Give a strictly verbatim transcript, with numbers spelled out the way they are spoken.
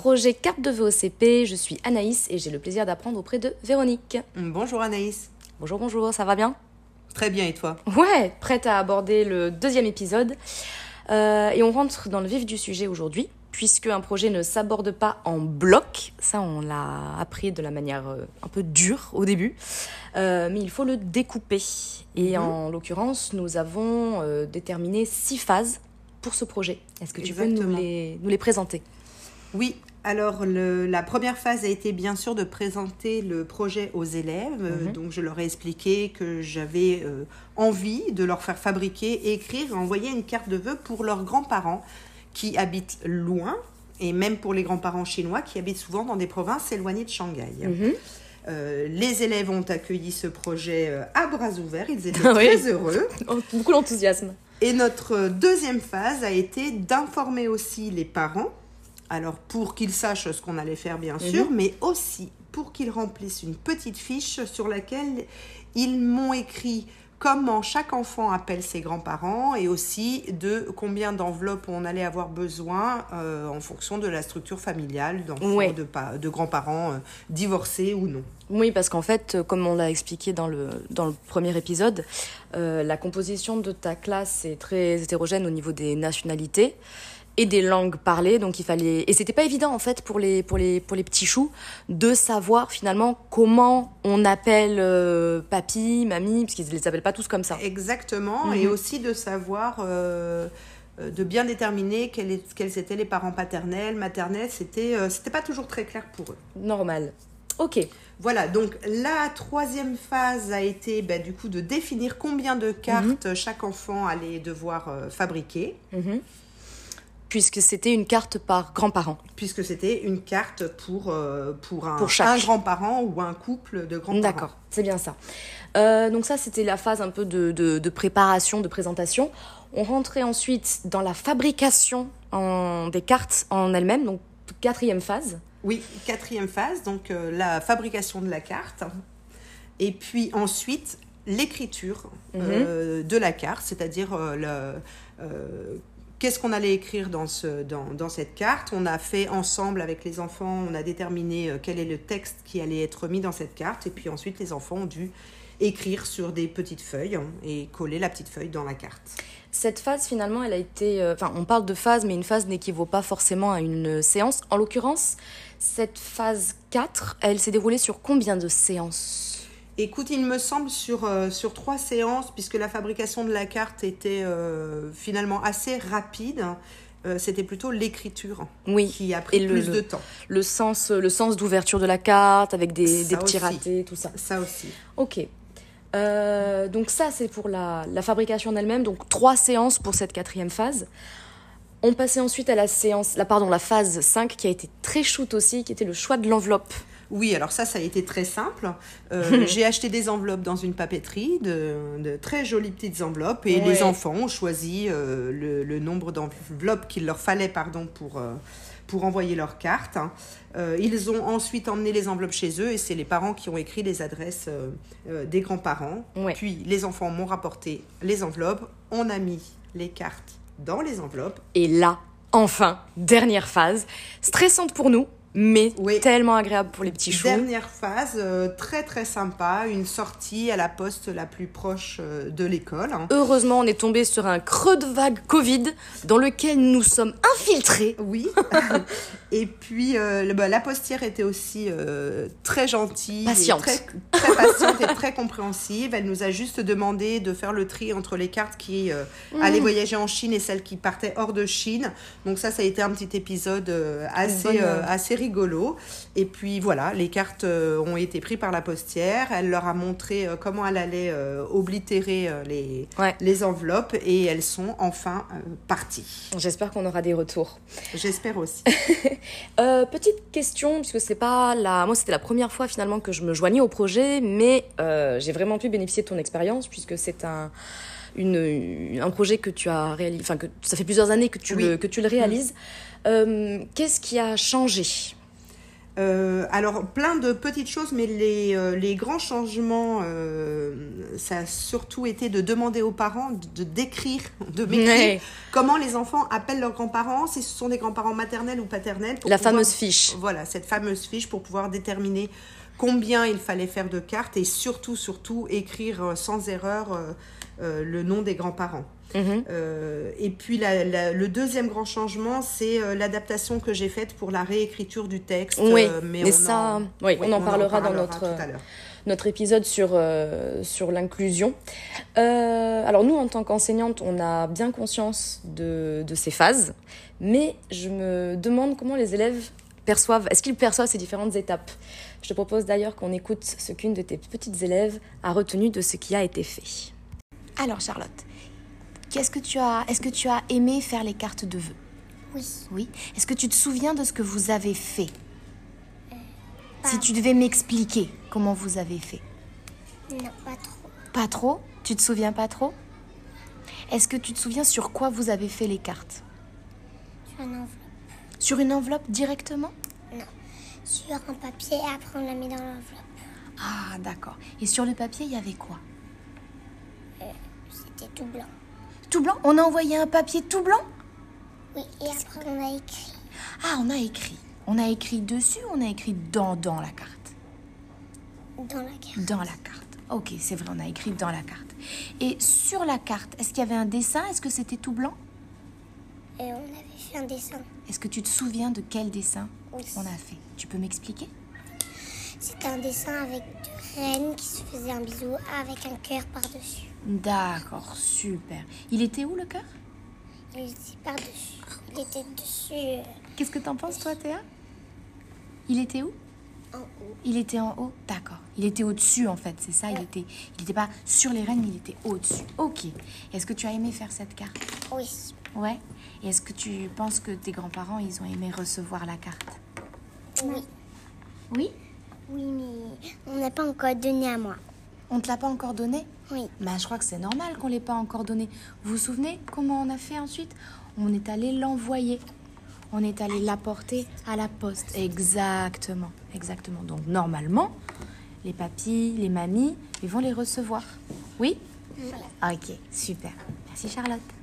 projet Carte de vœux au C P. Je suis Anaïs et j'ai le plaisir d'apprendre auprès de Véronique. Bonjour Anaïs. Bonjour, bonjour, ça va bien? Très bien, et toi? Ouais, prête à aborder le deuxième épisode. Euh, et on rentre dans le vif du sujet aujourd'hui, puisque un projet ne s'aborde pas en bloc. Ça, on l'a appris de la manière euh, un peu dure au début. Euh, mais il faut le découper. Et mmh. en l'occurrence, nous avons euh, déterminé six phases pour ce projet. Est-ce que tu Exactement. peux nous les, nous les présenter? Oui, alors le, la première phase a été bien sûr de présenter le projet aux élèves. Mmh. Donc je leur ai expliqué que j'avais euh, envie de leur faire fabriquer, écrire et envoyer une carte de vœux pour leurs grands-parents qui habitent loin, et même pour les grands-parents chinois qui habitent souvent dans des provinces éloignées de Shanghai. Mmh. Euh, les élèves ont accueilli ce projet euh, à bras ouverts, ils étaient très oui. heureux. Beaucoup d'enthousiasme. Et notre deuxième phase a été d'informer aussi les parents, alors pour qu'ils sachent ce qu'on allait faire bien sûr, mmh. mais aussi pour qu'ils remplissent une petite fiche sur laquelle ils m'ont écrit comment chaque enfant appelle ses grands-parents et aussi de combien d'enveloppes on allait avoir besoin euh, en fonction de la structure familiale d'enfants, ouais. de, de grands-parents euh, divorcés ou non. Oui, parce qu'en fait, comme on l'a expliqué dans le, dans le premier épisode, euh, la composition de ta classe est très hétérogène au niveau des nationalités et des langues parlées, donc il fallait et c'était pas évident en fait pour les pour les pour les petits choux de savoir finalement comment on appelle euh, papy, mamie, parce qu'ils les appellent pas tous comme ça. Exactement, mm-hmm. et aussi de savoir euh, de bien déterminer quels, est, quels étaient les parents paternels, maternels, c'était euh, c'était pas toujours très clair pour eux. Normal. Ok. Voilà, donc la troisième phase a été bah, du coup de définir combien de cartes mm-hmm. chaque enfant allait devoir euh, fabriquer. Mm-hmm. Puisque c'était une carte par grand-parent. Puisque c'était une carte pour, euh, pour, un, pour chaque. un grand-parent ou un couple de grands-parents. D'accord, c'est bien ça. Euh, donc ça, c'était la phase un peu de, de, de préparation, de présentation. On rentrait ensuite dans la fabrication en, des cartes en elles-mêmes, donc quatrième phase. Oui, quatrième phase, donc euh, la fabrication de la carte. Et puis ensuite, l'écriture mm-hmm. euh, de la carte, c'est-à-dire euh, le... Euh, qu'est-ce qu'on allait écrire dans, ce, dans, dans cette carte? On a fait ensemble avec les enfants, on a déterminé quel est le texte qui allait être mis dans cette carte. Et puis ensuite, les enfants ont dû écrire sur des petites feuilles et coller la petite feuille dans la carte. Cette phase, finalement, elle a été... Euh, enfin, on parle de phase, mais une phase n'équivaut pas forcément à une séance. En l'occurrence, cette phase quatre, elle s'est déroulée sur combien de séances ? Écoute, il me semble sur, euh, sur trois séances, puisque la fabrication de la carte était euh, finalement assez rapide. Euh, c'était plutôt l'écriture oui. qui a pris et plus le, de temps. Le sens, le sens d'ouverture de la carte, avec des, des petits aussi. ratés, tout ça. Ça aussi. Ok. Euh, donc ça, c'est pour la, la fabrication en elle-même. Donc trois séances pour cette quatrième phase. On passait ensuite à la séance, la, pardon, la phase cinq, qui a été très shoot aussi, qui était le choix de l'enveloppe. Oui, alors ça, ça a été très simple. Euh, j'ai acheté des enveloppes dans une papeterie, de, de très jolies petites enveloppes, et ouais. les enfants ont choisi euh, le, le nombre d'enveloppes qu'il leur fallait pardon, pour, euh, pour envoyer leurs cartes. Euh, ils ont ensuite emmené les enveloppes chez eux, et c'est les parents qui ont écrit les adresses euh, euh, des grands-parents. Ouais. Puis les enfants m'ont rapporté les enveloppes, on a mis les cartes dans les enveloppes. Et là, enfin, dernière phase, stressante pour nous, mais oui. tellement agréable pour les petits choux. Dernière phase, euh, très très sympa, une sortie à la poste la plus proche euh, de l'école. Hein. Heureusement, on est tombé sur un creux de vague Covid dans lequel nous sommes infiltrés. Oui. Et puis, euh, bah, la postière était aussi euh, très gentille. Patiente. Et très, très patiente et très compréhensive. Elle nous a juste demandé de faire le tri entre les cartes qui euh, mmh. allaient voyager en Chine et celles qui partaient hors de Chine. Donc ça, ça a été un petit épisode euh, assez, euh, assez rigolo. Et puis voilà, les cartes euh, ont été prises par la postière. Elle leur a montré euh, comment elle allait euh, oblitérer euh, les, ouais. les enveloppes et elles sont enfin euh, parties. J'espère qu'on aura des retours. J'espère aussi. euh, petite question, puisque c'est pas la... moi c'était la première fois finalement que je me joignais au projet, mais euh, j'ai vraiment pu bénéficier de ton expérience puisque c'est un... Une, un projet que tu as réalisé, enfin que ça fait plusieurs années que tu, oui. le, que tu le réalises. Mmh. Euh, qu'est-ce qui a changé ? Euh, alors, plein de petites choses, mais les, euh, les grands changements, euh, ça a surtout été de demander aux parents de d'écrire, de m'écrire Ouais. comment les enfants appellent leurs grands-parents, si ce sont des grands-parents maternels ou paternels. Pour La pouvoir- fameuse fiche. Voilà, cette fameuse fiche pour pouvoir déterminer combien il fallait faire de cartes et surtout, surtout, écrire euh, sans erreur euh, euh, le nom des grands-parents. Mhm. Euh, et puis la, la- le deuxième grand changement, c'est euh, l'adaptation que j'ai faite pour la réécriture du texte. Oui, euh, mais on ça, en- oui, oui, on en parlera dans parlera notre, tout à l'heure. notre épisode sur, euh, sur l'inclusion. Euh, alors nous, en tant qu'enseignante, on a bien conscience de, de ces phases, mais je me demande comment les élèves perçoivent, est-ce qu'ils perçoivent ces différentes étapes. Je te propose d'ailleurs qu'on écoute ce qu'une de tes petites élèves a retenu de ce qui a été fait. Alors Charlotte, qu'est-ce que tu as, est-ce que tu as aimé faire les cartes de vœux? Oui. Oui. Est-ce que tu te souviens de ce que vous avez fait? pas- Si tu devais m'expliquer comment vous avez fait. Non, pas trop. Pas trop? Tu te souviens pas trop? Est-ce que tu te souviens sur quoi vous avez fait les cartes? Sur un enveloppe. Sur une enveloppe directement? Non. Sur un papier et après on l'a mis dans l'enveloppe. Ah, d'accord. Et sur le papier, il y avait quoi? C'était tout blanc. Tout blanc? On a envoyé un papier tout blanc? Oui, et après on a écrit. Ah, on a écrit. On a écrit dessus ou on a écrit dans, dans la carte? Dans la carte. Dans la carte. Ok, c'est vrai, on a écrit dans la carte. Et sur la carte, est-ce qu'il y avait un dessin? Est-ce que c'était tout blanc? Et on avait fait un dessin. Est-ce que tu te souviens de quel dessin Oui. on a fait? Tu peux m'expliquer? C'était un dessin avec deux reines qui se faisaient un bisou avec un cœur par-dessus. D'accord, super. Il était où le cœur? Il était par-dessus. Il était dessus, euh, Qu'est-ce que t'en penses, toi, Théa? Il était où? en haut. Il était en haut? D'accord. Il était au-dessus, en fait, c'est ça? Il était, il était pas sur les rênes, mais il était au-dessus. Ok. Est-ce que tu as aimé faire cette carte? Oui. Ouais. Et est-ce que tu penses que tes grands-parents, ils ont aimé recevoir la carte? Oui. Oui? Oui, mais on n'a pas encore donné à moi. On te l'a pas encore donné? Oui. Bah, je crois que c'est normal qu'on l'ait pas encore donné. Vous vous souvenez comment on a fait ensuite? On est allé l'envoyer. On est allé l'apporter à la poste. Exactement, exactement. Donc normalement, les papis, les mamies, ils vont les recevoir. Oui? Oui. Ok, super. Merci Charlotte.